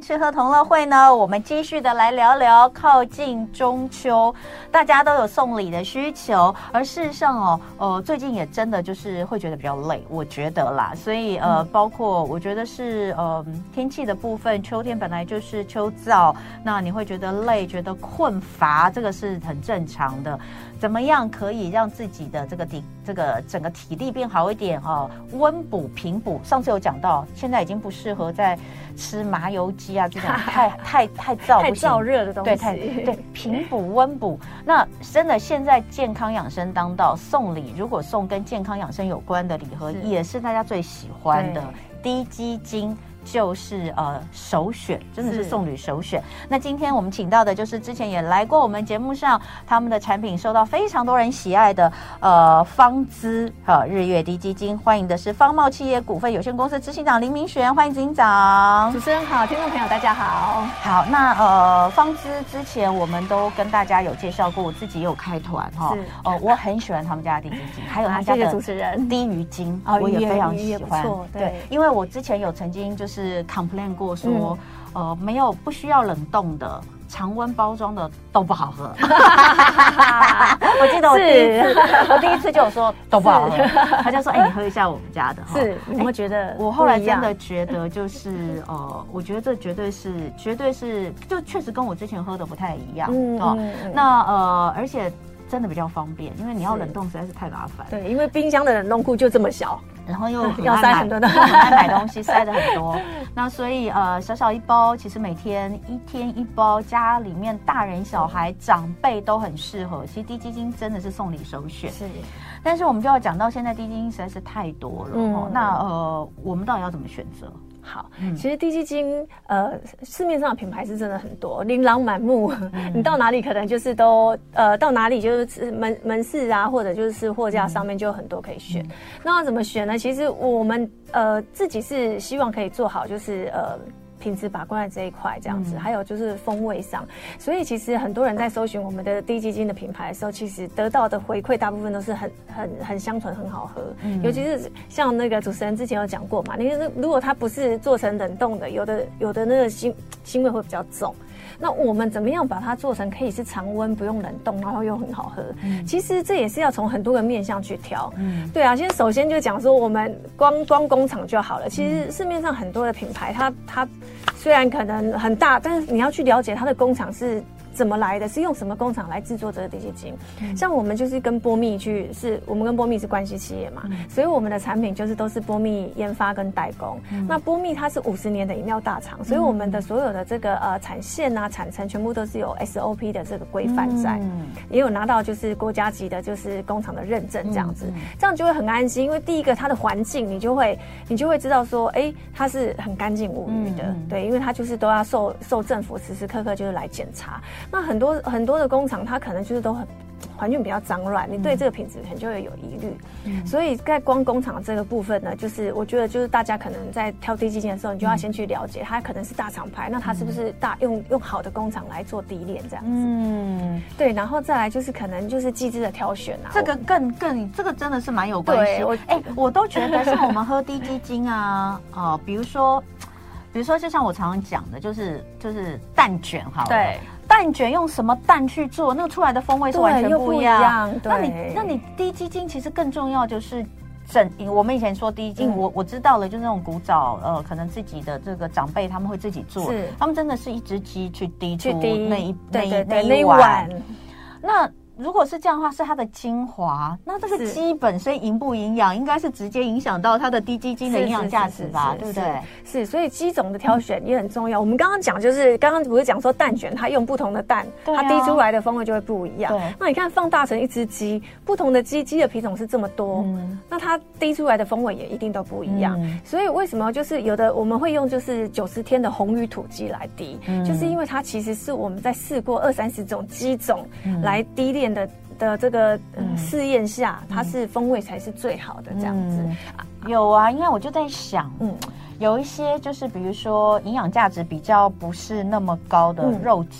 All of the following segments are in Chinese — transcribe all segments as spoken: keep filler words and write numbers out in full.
吃喝同乐会呢，我们继续的来聊聊靠近中秋，大家都有送礼的需求，而事实上哦，呃，最近也真的就是会觉得比较累，我觉得啦，所以呃，嗯、包括我觉得是呃天气的部分，秋天本来就是秋燥，那你会觉得累，觉得困乏，这个是很正常的。怎么样可以让自己的这个体这个整个体力变好一点哦？温补平补，上次有讲到，现在已经不适合再吃麻油鸡啊这种太太太燥太燥热的东西， 对，太对平补温补。那真的现在健康养生当道，送礼如果送跟健康养生有关的礼盒，也是大家最喜欢的低基金。就是呃首选，真的是送礼首选。那今天我们请到的就是之前也来过我们节目上，他们的产品受到非常多人喜爱的呃方姿哈日月低基金，欢迎的是方茂企业股份有限公司执行长林明璇，欢迎执行长。 主持人好，听众朋友大家好。 好，那呃方姿之前我们都跟大家有介绍过，我自己也有开团哈，哦、呃、我很喜欢他们家的低基金，还有他家的主持人低鱼精， 哦、 我也非常喜欢。 对, 对，因为我之前有曾经就是。是 complain 过说、嗯，呃，没有不需要冷冻的常温包装的都不好喝。我记得我第一次，我第一次就有说都不好喝，他就说：“哎、欸，你喝一下我们家的。” 是，你会觉得、欸？ 我后来真的觉得就是呃，我觉得这绝对是，绝对是，就确实跟我之前喝的不太一样、嗯、哦。嗯、那呃，而且真的比较方便，因为你要冷冻实在是太麻烦。 对，因为冰箱的冷冻库就这么小。 然后又要塞很多的， 很爱买东西，塞的很多。那所以呃，小小一包，其实每天一天一包，家里面大人小孩长辈都很适合。其实低基金真的是送礼首选。 是， 但是我们就要讲到现在低基金实在是太多了。嗯、哦，那呃，我们到底要怎么选择？ 好，嗯、其实低基金呃，市面上的品牌是真的很多，琳琅满目。嗯、你到哪里可能就是都呃，到哪里就是门门市啊，或者就是货架上面就有很多可以选。嗯、那要怎么选呢？其实我们呃自己是希望可以做好，就是呃。品质把关的这一块，这样子、嗯，还有就是风味上，所以其实很多人在搜寻我们的低基金的品牌的时候，其实得到的回馈大部分都是很很很香醇，很好喝。嗯、尤其是像那个主持人之前有讲过嘛，那个如果它不是做成冷冻的，有的有的那个腥腥味会比较重。那我们怎么样把它做成可以是常温不用冷冻，然后又很好喝？嗯、其实这也是要从很多个面向去挑。嗯，对啊，其实首先就讲说我们光光工厂就好了。其实市面上很多的品牌，它它虽然可能很大，但是你要去了解它的工厂是怎么来的，是用什么工厂来制作这个低基金。嗯、像我们就是跟波蜜去，是我们跟波蜜是关系企业嘛，嗯、所以我们的产品就是都是波蜜研发跟代工。嗯、那波蜜它是五十年的饮料大厂，所以我们的所有的这个呃产线啊、产程全部都是有 S O P 的这个规范在，嗯、也有拿到就是国家级的就是工厂的认证这样子，嗯、这样就会很安心。因为第一个它的环境你就会你就会知道说，哎，它是很干净无虞的，嗯、对，因为它就是都要受受政府时时刻刻就是来检查。那很多很多的工厂，它可能就是都很环境比较脏乱，你对这个品质可能就会有疑虑。嗯、所以在光工厂这个部分呢，就是我觉得就是大家可能在挑低基金的时候，你就要先去了解，它可能是大厂牌，那它是不是大用用好的工厂来做低炼这样子？嗯，对，然后再来就是可能就是机制的挑选啊， 这个更更这个真的是蛮有关系。我哎、欸，我都觉得像我们喝低基金啊，啊、呃，比如说。比如说，就像我常常讲的，就是就是蛋卷好了， 对， 蛋卷用什么蛋去做，那个出来的风味是完全不一样。 对， 那你那你低基金其实更重要就是整，我们以前说低基金，嗯、我我知道了，就是那种古早呃，可能自己的这个长辈他们会自己做，是他们真的是一只鸡去滴出那一那一那一碗，那。如果是这样的话，是它的精华，那这个鸡本身营不营养，应该是直接影响到它的低基金的营养价值吧，对不对？ 是，所以鸡种的挑选也很重要。嗯、我们刚刚讲就是，刚刚不是讲说蛋卷，它用不同的蛋，啊、它滴出来的风味就会不一样。对，那你看放大成一只鸡，不同的鸡，鸡的品种是这么多，嗯、那它滴出来的风味也一定都不一样。嗯、所以为什么就是有的我们会用就是九十天的红羽土鸡来滴，嗯、就是因为它其实是我们在试过二三十种鸡种来滴炼。的的这个试验、呃、下，它是风味才是最好的这样子。嗯、 有啊，因为我就在想，嗯，有一些就是比如说营养价值比较不是那么高的肉鸡，嗯、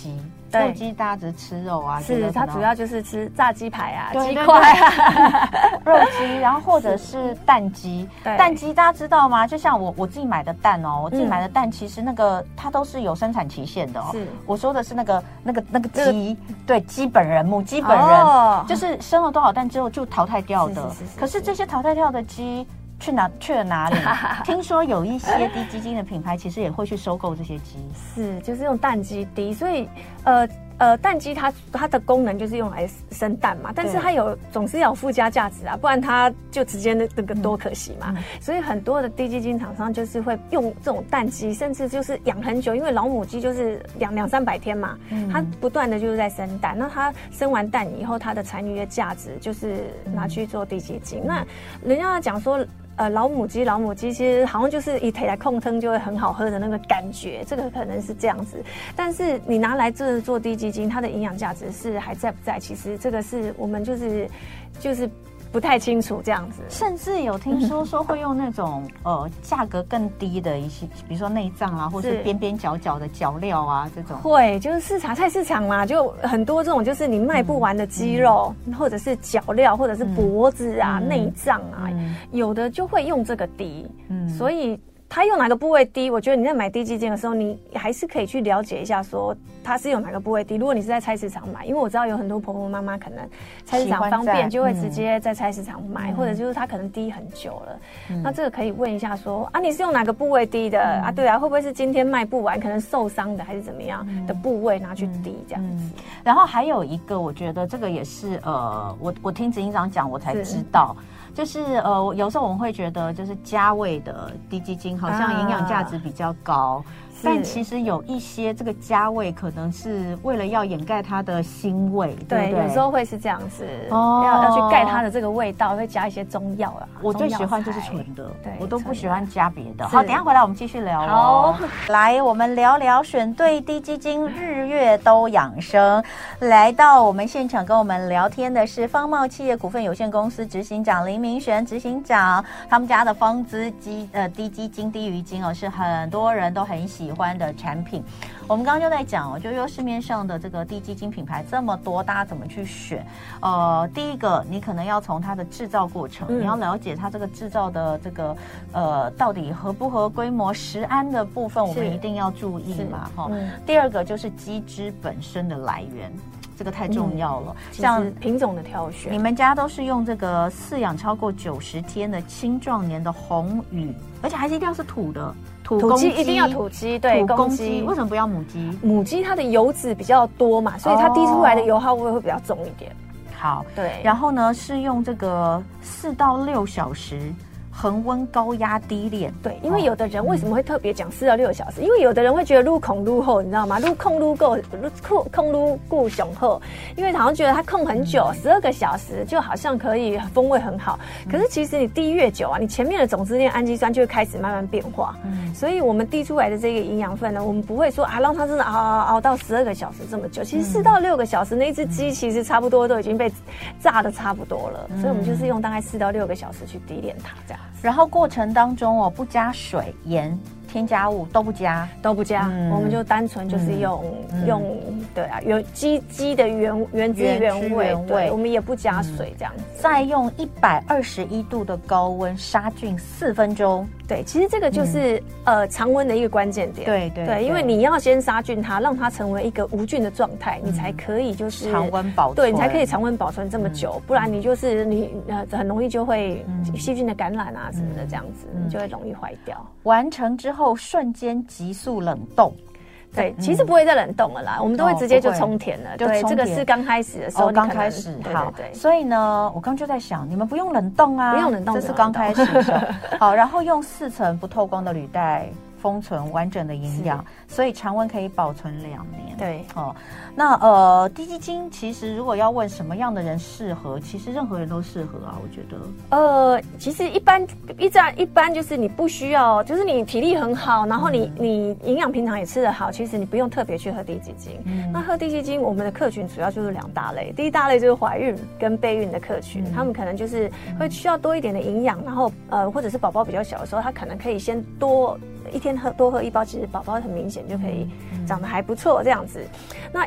肉鸡大家只吃肉啊， 是它主要就是吃炸鸡排啊、 鸡块啊、 肉鸡，然后或者是蛋鸡。蛋鸡大家知道吗？就像我我自己买的蛋哦，我自己买的蛋，其实那个它都是有生产期限的哦。是，我说的是那个那个那个鸡，对，鸡本人母鸡本人，就是生了多少蛋之后就淘汰掉的。可是这些淘汰掉的鸡去哪去了哪里？听说有一些低基金的品牌其实也会去收购这些鸡，是就是用蛋鸡低，所以呃呃蛋鸡它它的功能就是用来生蛋嘛，但是它有总是要有附加价值啊，不然它就直接那那个多可惜嘛。嗯、所以很多的低基金厂商就是会用这种蛋鸡，甚至就是养很久，因为老母鸡就是两两三百天嘛，嗯、它不断的就是在生蛋，那它生完蛋以后，它的残余的价值就是拿去做低基金。嗯、那人家讲说。呃，老母鸡，老母鸡其实好像就是一腿来控汤就会很好喝的那个感觉，这个可能是这样子。但是你拿来这做低基金，它的营养价值是还在不在？其实这个是我们就是就是不太清楚这样子。甚至有听说说会用那种呃价格更低的一些，比如说内脏啊，或是边边角角的角料啊这种。会，就是市场菜市场嘛，就很多这种就是你卖不完的鸡肉，嗯、或者是角料，或者是脖子啊、嗯、内脏啊，嗯、有的就会用这个低。嗯，所以。它用哪个部位低？我觉得你在买低基金的时候，你还是可以去了解一下，说它是用哪个部位低。如果你是在菜市场买，因为我知道有很多婆婆妈妈可能菜市场方便，就会直接在菜市场买，嗯、或者就是它可能低很久了。嗯、那这个可以问一下说啊，你是用哪个部位低的、嗯、啊？对啊，会不会是今天卖不完，可能受伤的还是怎么样的部位拿去低这样子？嗯嗯、然后还有一个，我觉得这个也是呃，我我听执行长讲，我才知道。就是呃，有时候我们会觉得，就是加味的低基金好像营养价值比较高，啊、但其实有一些这个加味可能是为了要掩盖它的腥味，对不对？有时候会是这样子，哦、要要去盖它的这个味道，会加一些中药啊。我最喜欢就是纯的，对，我都不喜欢加别的。好，等一下回来我们继续聊哦。好，来我们聊聊选对低基金，日月都养生。来到我们现场跟我们聊天的是方茂企业股份有限公司执行长林明璇执行长，他们家的方姿基呃低基金低鱼精哦，是很多人都很喜欢的产品。我们刚刚就在讲哦，就说市面上的这个低基金品牌这么多，大家怎么去选？呃，第一个你可能要从它的制造过程，嗯、你要了解它这个制造的这个呃到底合不合规模，食安的部分我们一定要注意嘛哈。嗯、第二个就是鸡汁本身的来源。这个太重要了，嗯、像品种的挑选，你们家都是用这个饲养超过九十天的青壮年的红羽，而且还是一定要是土的土公鸡，一定要土鸡，对，土公鸡。为什么不要母鸡？母鸡它的油脂比较多嘛，所以它滴出来的油耗味会比较重一点。好，对。然后呢，是用这个四到六小时。恒温高压低炼，对，因为有的人为什么会特别讲四到六小时？因为有的人会觉得撸孔撸后，你知道吗？撸控撸够，撸控撸固雄厚，因为好像觉得它控很久，十二个小时就好像可以风味很好。可是其实你滴越久啊，你前面的种子链氨基酸就会开始慢慢变化。嗯，所以我们滴出来的这个营养分呢，我们不会说啊让它真的熬熬熬到十二个小时这么久。其实四到六个小时，那一只鸡其实差不多都已经被炸的差不多了。所以我们就是用大概四到六个小时去滴炼它这样。然后过程当中哦，不加水、盐、添加物都不加，都不加，嗯、我们就单纯就是用、嗯、用对啊，有鸡鸡的原原汁原味，对，我们也不加水这样子。嗯、再用一百二十一度的高温杀菌四分钟。对，其实这个就是、嗯、呃常温的一个关键点。对 对, 对，因为你要先杀菌它，让它成为一个无菌的状态，嗯、你才可以就是常温保存。对，你才可以常温保存这么久，嗯、不然你就是你呃很容易就会细菌的感染啊什么的这样子，嗯、你就会容易坏掉。完成之后瞬间急速冷冻。对，其实不会再冷冻了啦，我们都会直接就充填了。对，这个是刚开始的时候，刚开始。好，对。所以呢，我刚就在想，你们不用冷冻啊，不用冷冻，这是刚开始的。好，然后用四层不透光的铝袋封存完整的营养，所以常温可以保存两年。对，哦，那呃，低基金其实如果要问什么样的人适合，其实任何人都适合啊，我觉得。呃，其实一般一般一般就是你不需要，就是你体力很好，然后你、嗯、你营养平常也吃得好，其实你不用特别去喝低基金。嗯、那喝低基金，我们的客群主要就是两大类，第一大类就是怀孕跟备孕的客群，嗯、他们可能就是会需要多一点的营养，然后呃，或者是宝宝比较小的时候，他可能可以先多。一天喝多喝一包，其实宝宝很明显就可以长得还不错这样子。那一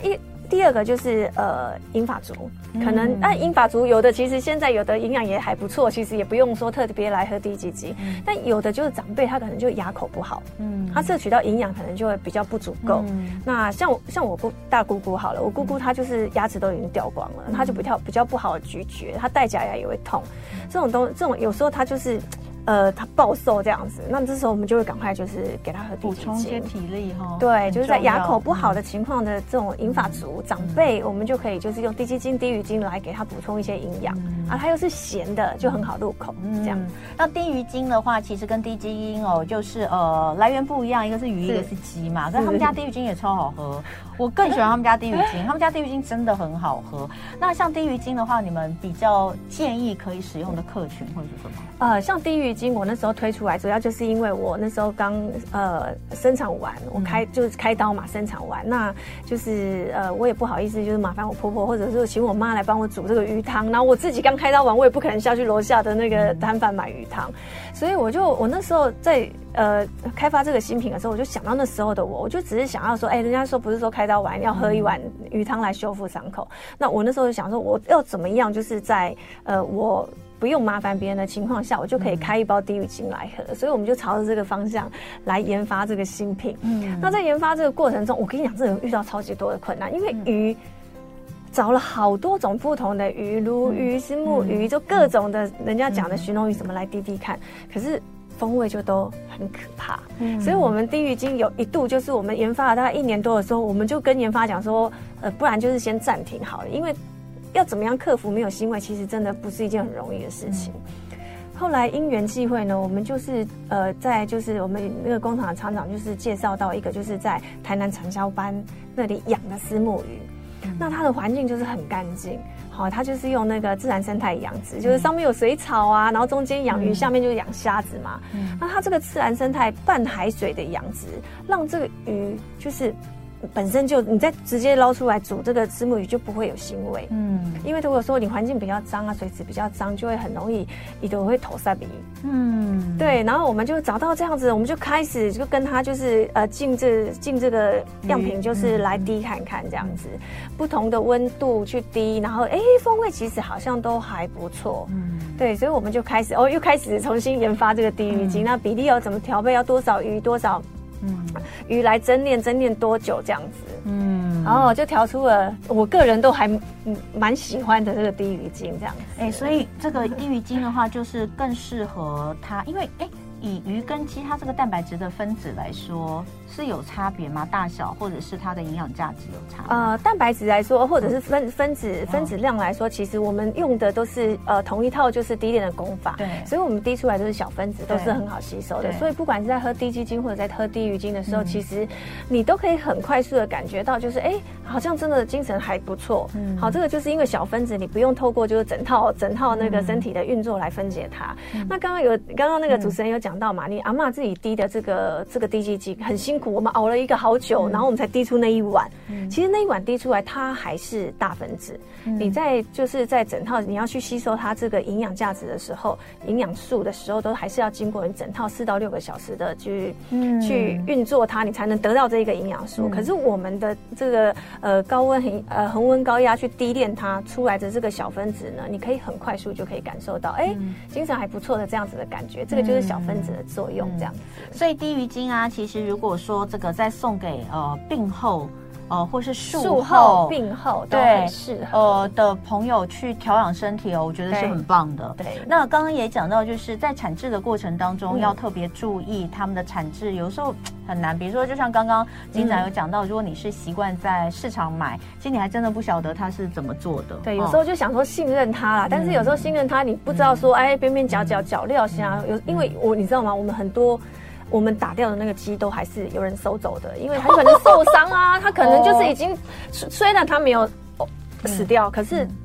第二个就是呃银发族，可能那银发族有的其实现在有的营养也还不错，其实也不用说特别来喝低基精，嗯、但有的就是长辈他可能就牙口不好，嗯，他摄取到营养可能就会比较不足够。嗯、那像我像我姑大姑姑好了，我姑姑她就是牙齿都已经掉光了，她、嗯、就比较比较不好咀嚼，她戴假牙也会痛，嗯、这种东这种有时候她就是。呃，他暴瘦这样子，那这时候我们就会赶快就是给他喝低基精， 补充一些体力哈。 对，就是在牙口不好的情况的这种银发族、嗯、长辈，我们就可以就是用低基精、低鱼精来给他补充一些营养、嗯、啊，它又是咸的，就很好入口、嗯、这样。 那低鱼精的话，其实跟低基精哦，就是呃来源不一样，一个是鱼，一个是鸡嘛。可是他们家低鱼精也超好喝，我更喜欢他们家低鱼精，他们家低鱼精真的很好喝。那像低鱼精的话，你们比较建议可以使用的客群会是什么？ 呃，像低鱼精，我那时候推出来，主要就是因为我那时候刚呃生产完，我开、嗯、就是开刀嘛，生产完，那就是呃我也不好意思，就是麻烦我婆婆或者是请我妈来帮我煮这个鱼汤，然后我自己刚开刀完，我也不可能下去楼下的那个摊贩买鱼汤，所以我就我那时候在呃开发这个新品的时候，我就想到那时候的我，我就只是想要说，哎、欸，人家说不是说开刀完要喝一碗鱼汤来修复伤口，那我那时候就想说，我要怎么样，就是在呃我。不用麻烦别人的情况下，我就可以开一包低鱼精来喝，嗯、所以我们就朝着这个方向来研发这个新品。嗯，那在研发这个过程中，我跟你讲，真的遇到超级多的困难，因为鱼找了好多种不同的鱼，鲈鱼、石目鱼，就各种的人家讲的鲟龙鱼什么来滴滴看，可是风味就都很可怕。嗯，所以我们低鱼精有一度就是我们研发了大概一年多的时候，我们就跟研发讲说，呃，不然就是先暂停好了，因为。要怎么样克服没有腥味，其实真的不是一件很容易的事情。嗯、后来因缘际会呢，我们就是呃，在就是我们那个工厂的厂长就是介绍到一个就是在台南产销班那里养的虱目鱼，嗯、那它的环境就是很干净。好，它就是用那个自然生态养殖，就是上面有水草啊，然后中间养鱼，嗯、下面就是养虾子嘛。嗯、那它这个自然生态半海水的养殖，让这个鱼就是。本身就你再直接捞出来煮这个虱目鱼就不会有腥味，嗯，因为如果说你环境比较脏啊，水质比较脏，就会很容易你都会头塞鼻，嗯，对，然后我们就找到这样子，我们就开始就跟他就是呃进这进这个样品，就是来滴看看这样子，嗯、不同的温度去滴，然后哎风味其实好像都还不错，嗯，对，所以我们就开始哦又开始重新研发这个低鱼精，嗯、那比例要怎么调配，要多少鱼多少。嗯，鱼来蒸炼，蒸炼多久这样子？嗯，然后就调出了我个人都还蛮喜欢的这个低鱼精这样子。 哎、欸，所以这个低鱼精的话，就是更适合它，因为哎。欸以鱼跟鸡它这个蛋白质的分子来说是有差别吗？大小或者是它的营养价值有差吗？ 呃，蛋白质来说，或者是分分子分子量来说，其实我们用的都是呃同一套就是低炼的功法，对，所以我们滴出来都是小分子，都是很好吸收的。所以不管是在喝低基精或者在喝低鱼精的时候，嗯、其实你都可以很快速的感觉到，就是哎，好像真的精神还不错。嗯，好，这个就是因为小分子你不用透过就是整套整套那个身体的运作来分解它。嗯、那刚刚有刚刚那个主持人有讲。讲到嘛，你阿嬷自己滴的这个这个低基精很辛苦，我们熬了一个好久，嗯、然后我们才滴出那一碗。嗯、其实那一碗滴出来，它还是大分子。嗯、你在就是在整套你要去吸收它这个营养价值的时候，营养素的时候，都还是要经过你整套四到六个小时的去、嗯、去运作它，你才能得到这一个营养素。嗯、可是我们的这个呃高温恒呃恒温高压去滴炼它出来的这个小分子呢，你可以很快速就可以感受到，哎，嗯、精神还不错的这样子的感觉。这个就是小分子的作用，这样子。 嗯、所以低鱼精啊，其实如果说这个再送给呃病后。呃，或是术后、 病后都很适合呃的朋友去调养身体哦，我觉得是很棒的。 对， 那刚刚也讲到，就是在产制的过程当中，嗯、要特别注意他们的产制，有时候很难。比如说，就像刚刚金长有讲到，嗯、如果你是习惯在市场买，其实你还真的不晓得它是怎么做的。 对，有时候就想说信任它啦，嗯、但是有时候信任它，你不知道说，哎，边边角角角料香，有因为我你知道吗？我们很多。我们打掉的那个鸡都还是有人收走的，因为他可能受伤啊，他可能就是已经、哦、虽然他没有、哦、死掉，可是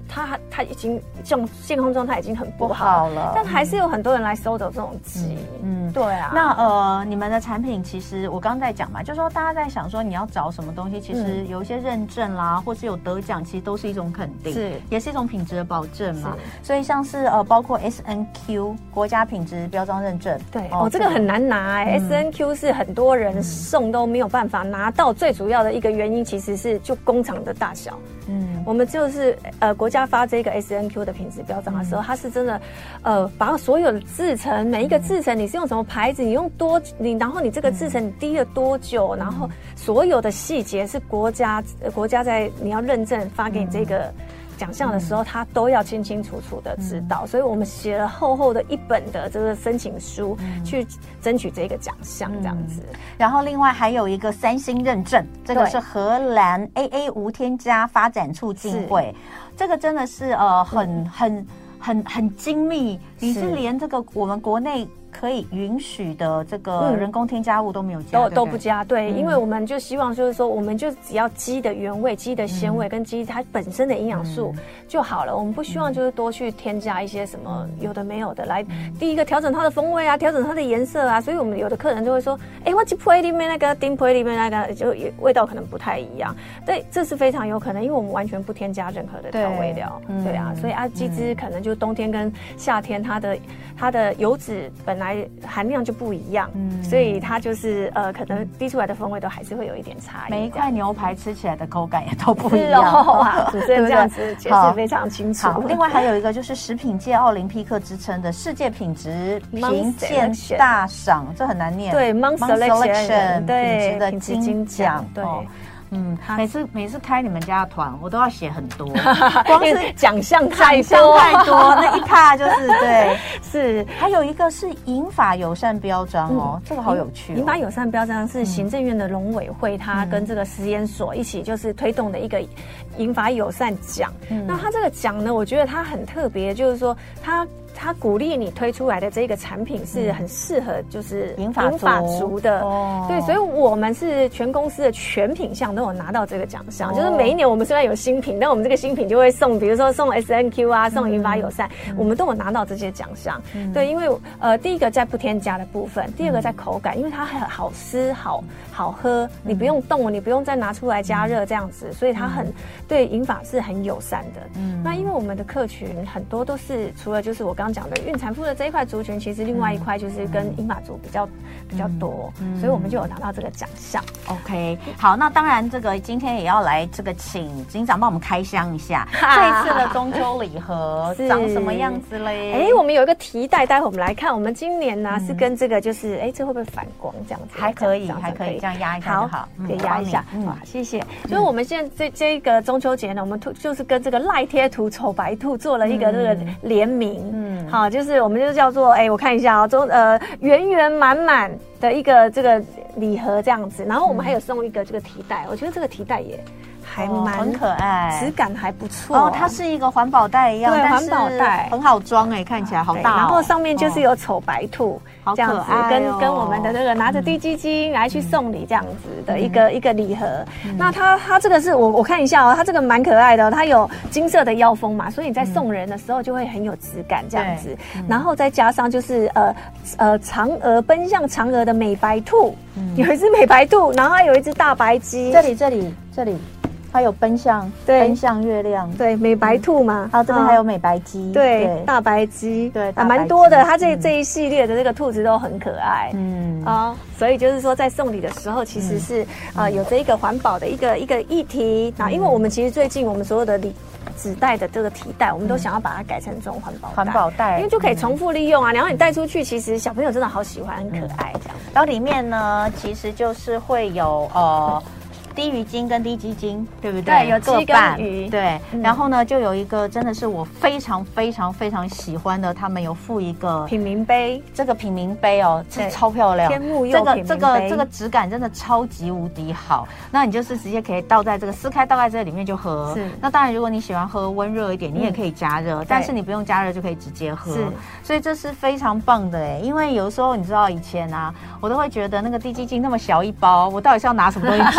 他他已经健健康状态已经很不好, 不好了， 但还是有很多人来收走这种鸡。嗯，嗯对啊。 那呃，你们的产品其实我刚刚在讲嘛，就是说大家在想说你要找什么东西，其实有一些认证啦，或是有得奖，其实都是一种肯定， 是也是一种品质的保证嘛。所以像是呃，包括 S N Q 国家品质标章认证， 对哦，这个很难拿哎、欸嗯、，S N Q 是很多人送都没有办法拿到，最主要的一个原因其实是就工厂的大小。嗯，我们就是呃国家发这个 S N Q 的品质标章的时候，嗯、它是真的呃把所有的制程，每一个制程你是用什么牌子，你用多你然后你这个制程你滴了多久，嗯、然后所有的细节是国家呃国家在你要认证发给你这个奖项的时候，他都要清清楚楚的知道，嗯、所以我们写了厚厚的一本的这个申请书，嗯、去争取这个奖项，这样子。嗯、 然后另外还有一个三星认证，这个是荷兰 A A 无添加发展促进会，这个真的是呃很、嗯、很很很精密，你是连这个我们国内可以允许的这个人工添加物都没有加， 都都不加，对，嗯、因为我们就希望就是说，我们就只要鸡的原味、鸡的鲜味跟鸡它本身的营养素就好了，嗯、我们不希望就是多去添加一些什么有的没有的来，嗯、第一个调整它的风味啊，调整它的颜色啊，所以我们有的客人就会说，哎，我鸡配里面那个丁配里面那个就味道可能不太一样，对，这是非常有可能，因为我们完全不添加任何的调味料，对，嗯、对啊，所以啊，鸡汁可能就冬天跟夏天它的它的油脂本来含量就不一样，嗯，所以它就是呃，可能滴出来的风味都还是会有一点差异。 每一块牛排吃起来的口感也都不一样。 哦啊、主持人这样子解释非常清楚。 好，另外还有一个就是食品界奥林匹克之称的世界品质评鉴大赏，这很难念。 对 ，Month Selection 品质的金奖， 对。 哦嗯，每次每次开你们家的团，我都要写很多， 光是奖项太多太多，那一踏就是对，是。还有一个是银发友善标章哦，嗯、这个好有趣、哦。 银发友善标章是行政院的农委会，它跟这个实验所一起就是推动的一个银发友善奖。嗯、那它这个奖呢，我觉得它很特别，就是说它。他鼓励你推出来的这个产品是很适合就是银发族的，哦、对，所以我们是全公司的全品项都有拿到这个奖项，哦、就是每一年我们虽然有新品，但我们这个新品就会送，比如说送 S N Q 啊，送银发友善，嗯、我们都有拿到这些奖项。嗯、对，因为呃，第一个在不添加的部分，第二个在口感，因为它很好吃、好好喝，你不用动，你不用再拿出来加热这样子，所以它很对银发是很友善的。嗯，那因为我们的客群很多都是除了就是我刚刚讲的孕产妇的这一块族群，其实另外一块就是跟银发族比较比较多，嗯、所以我们就有拿到这个奖项。 OK， 好，那当然这个今天也要来这个请执行长帮我们开箱一下这一次的中秋礼盒长什么样子嘞？ 哎，我们有一个提袋，待会我们来看，我们今年呢、啊嗯、是跟这个就是哎，这会不会反光这样子？ 还可以，还可以这样压一下就好， 可以压一下。嗯，谢谢。就是我们现在这这个中秋节呢，我们就是跟这个赖贴图丑白兔做了一个这个联名，嗯，好。就是我们就叫做哎、欸，我看一下啊，中呃圆圆满满的一个这个礼盒这样子，然后我们还有送一个这个提袋，嗯、我觉得这个提袋也还蛮、 哦、很可爱， 质感还不错。 哦，它是一个环保袋一样， 对，环保袋很好装哎、欸，看起来好大、哦。 然后上面就是有丑白兔， 哦、 这样子， 好可爱、哦、 跟跟我们的这个拿着滴鸡精来去送礼这样子的一个、嗯、一个礼盒。嗯、那它它这个是我我看一下哦，它这个蛮可爱的、哦，它有金色的腰封嘛，所以你在送人的时候就会很有质感这样子。嗯、然后再加上就是呃呃嫦娥奔向嫦娥的美白兔，嗯、有一只美白兔，然后还有一只大白鸡， 这里这里这里。它有奔向奔向月亮， 对，美白兔嘛， 啊，这边还有美白鸡， 对，大白鸡， 对， 啊，蛮多的。它这这一系列的这个兔子都很可爱，嗯啊，所以就是说在送礼的时候，其实是啊有这一个环保的一个一个议题。那因为我们其实最近我们所有的礼纸袋的这个提袋，我们都想要把它改成这种环保环保袋， 因为就可以重复利用啊。然后你带出去，其实小朋友真的好喜欢，很可爱这样。 然后里面呢，其实就是会有呃。低鱼精跟低鸡精，对不对？ 对，有鸡跟鱼。 对，嗯、然后呢，就有一个真的是我非常非常非常喜欢的，他们有附一个品茗杯， 这个品茗杯哦，是超漂亮， 天目釉品茗杯， 这个这个这个质感真的超级无敌好。那你就是直接可以倒在这个撕开，倒在这里面就喝。是。那当然，如果你喜欢喝温热一点，你也可以加热，嗯、但是你不用加热就可以直接喝。是。所以这是非常棒的哎，因为有时候你知道以前啊，我都会觉得那个低鸡精那么小一包，我到底是要拿什么东西装它？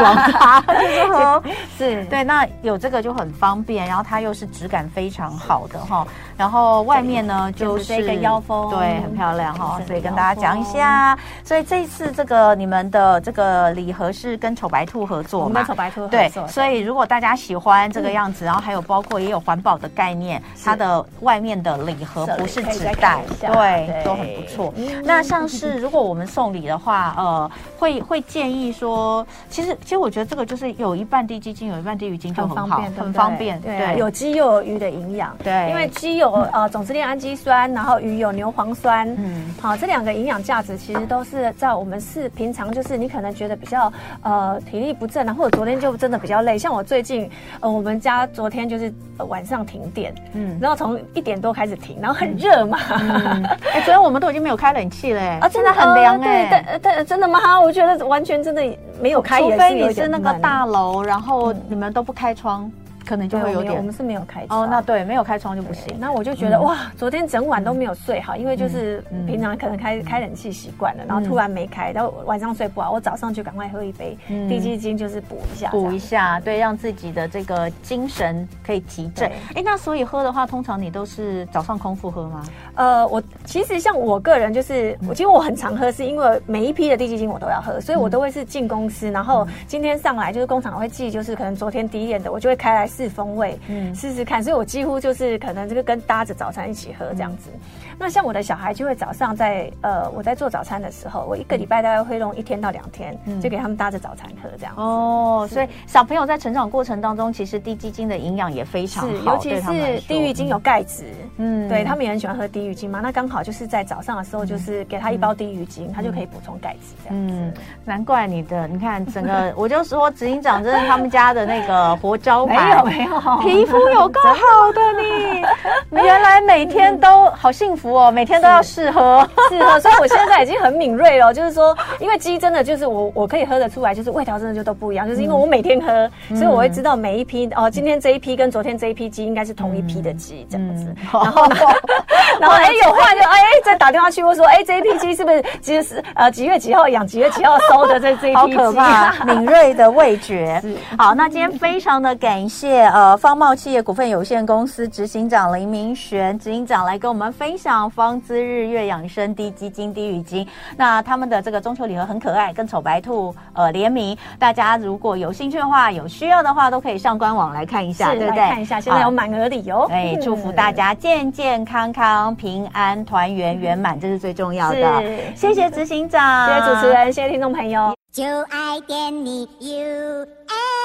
茶，就是喝。 是， 对，那有这个就很方便，然后它又是质感非常好的哈。然后外面呢就是这个腰封， 对，很漂亮哈。所以跟大家讲一下，所以这一次这个你们的这个礼盒是跟丑白兔合作嘛？ 我们跟丑白兔合对， 作。 所以如果大家喜欢这个样子，然后还有包括也有环保的概念，它的外面的礼盒不是纸袋，对，都很不错。那像是如果我们送礼的话，呃，会会建议说，其实其实我觉得这个就是有一半低基金，有一半低鱼精就很好，很方便， 对，有鸡又有鱼的营养， 对， 因为鸡有呃总支链氨基酸，然后鱼有牛磺酸，嗯，好，这两个营养价值其实都是在我们是平常就是你可能觉得比较呃体力不振啊，或者昨天就真的比较累，像我最近呃我们家昨天就是、呃、晚上停电，嗯，然后从一点多开始停，然后很热嘛，哎、 嗯欸，昨天我们都已经没有开冷气嘞，啊，真的很凉哎、 欸，对，但真的吗？我觉得完全真的没有开， 除非你是那个大楼，然后你们都不开窗。可能就会有点， 我们是没有开窗哦，那对，没有开窗就不行。 那我就觉得、嗯、哇，昨天整晚都没有睡好，因为就是平常可能开、嗯、开冷气习惯了，然后突然没开，然后晚上睡不好，我早上就赶快喝一杯低基精，就是补一下， 补一下，对，让自己的这个精神可以提振。哎，那所以喝的话，通常你都是早上空腹喝吗？ 呃，我其实像我个人就是，我其实我很常喝，是因为每一批的低基精我都要喝，所以我都会是进公司，然后今天上来就是工厂会寄，就是可能昨天第一眼的，我就会开来试风味。嗯，试试看，所以我几乎就是可能这个跟搭着早餐一起喝这样子。嗯、那像我的小孩就会早上在呃我在做早餐的时候，我一个礼拜大概会用一天到两天，嗯、就给他们搭着早餐喝这样子。 哦，所以小朋友在成长过程当中，其实低基精的营养也非常好， 尤其是低鱼精有钙质，嗯，对他们也很喜欢喝低鱼精嘛。那刚好就是在早上的时候，就是给他一包低鱼精，嗯、他就可以补充钙质这样子。嗯， 难怪你的，你看整个，我就说执行长真的他们家的那个活招牌， 没有没有。 皮肤有够好的你，你原来每天都好幸福哦，每天都要试喝， 试喝，所以我现在已经很敏锐了。就是说，因为鸡真的就是我我可以喝得出来，就是味道真的就都不一样，就是因为我每天喝，嗯、所以我会知道每一批哦，今天这一批跟昨天这一批鸡应该是同一批的鸡这样子。嗯、然后呢，然后哎有换就哎再打电话去问说，哎这一批鸡是不是其实是呃几月几号养，几月几号收的这这一批鸡？ 好可怕，敏锐的味觉。好，那今天非常的感谢呃。方茂企业股份有限公司执行长林明璇执行长来跟我们分享方姿日月养生低基精低鱼精，那他们的这个中秋礼盒很可爱，跟丑白兔呃联名，大家如果有兴趣的话，有需要的话都可以上官网来看一下，对不对？ 看一下，现在有满额礼哦。 哎，祝福大家健健康康、平安、团圆圆满，这是最重要的。谢谢执行长， 谢谢主持人，谢谢听众朋友。 就爱点你 U F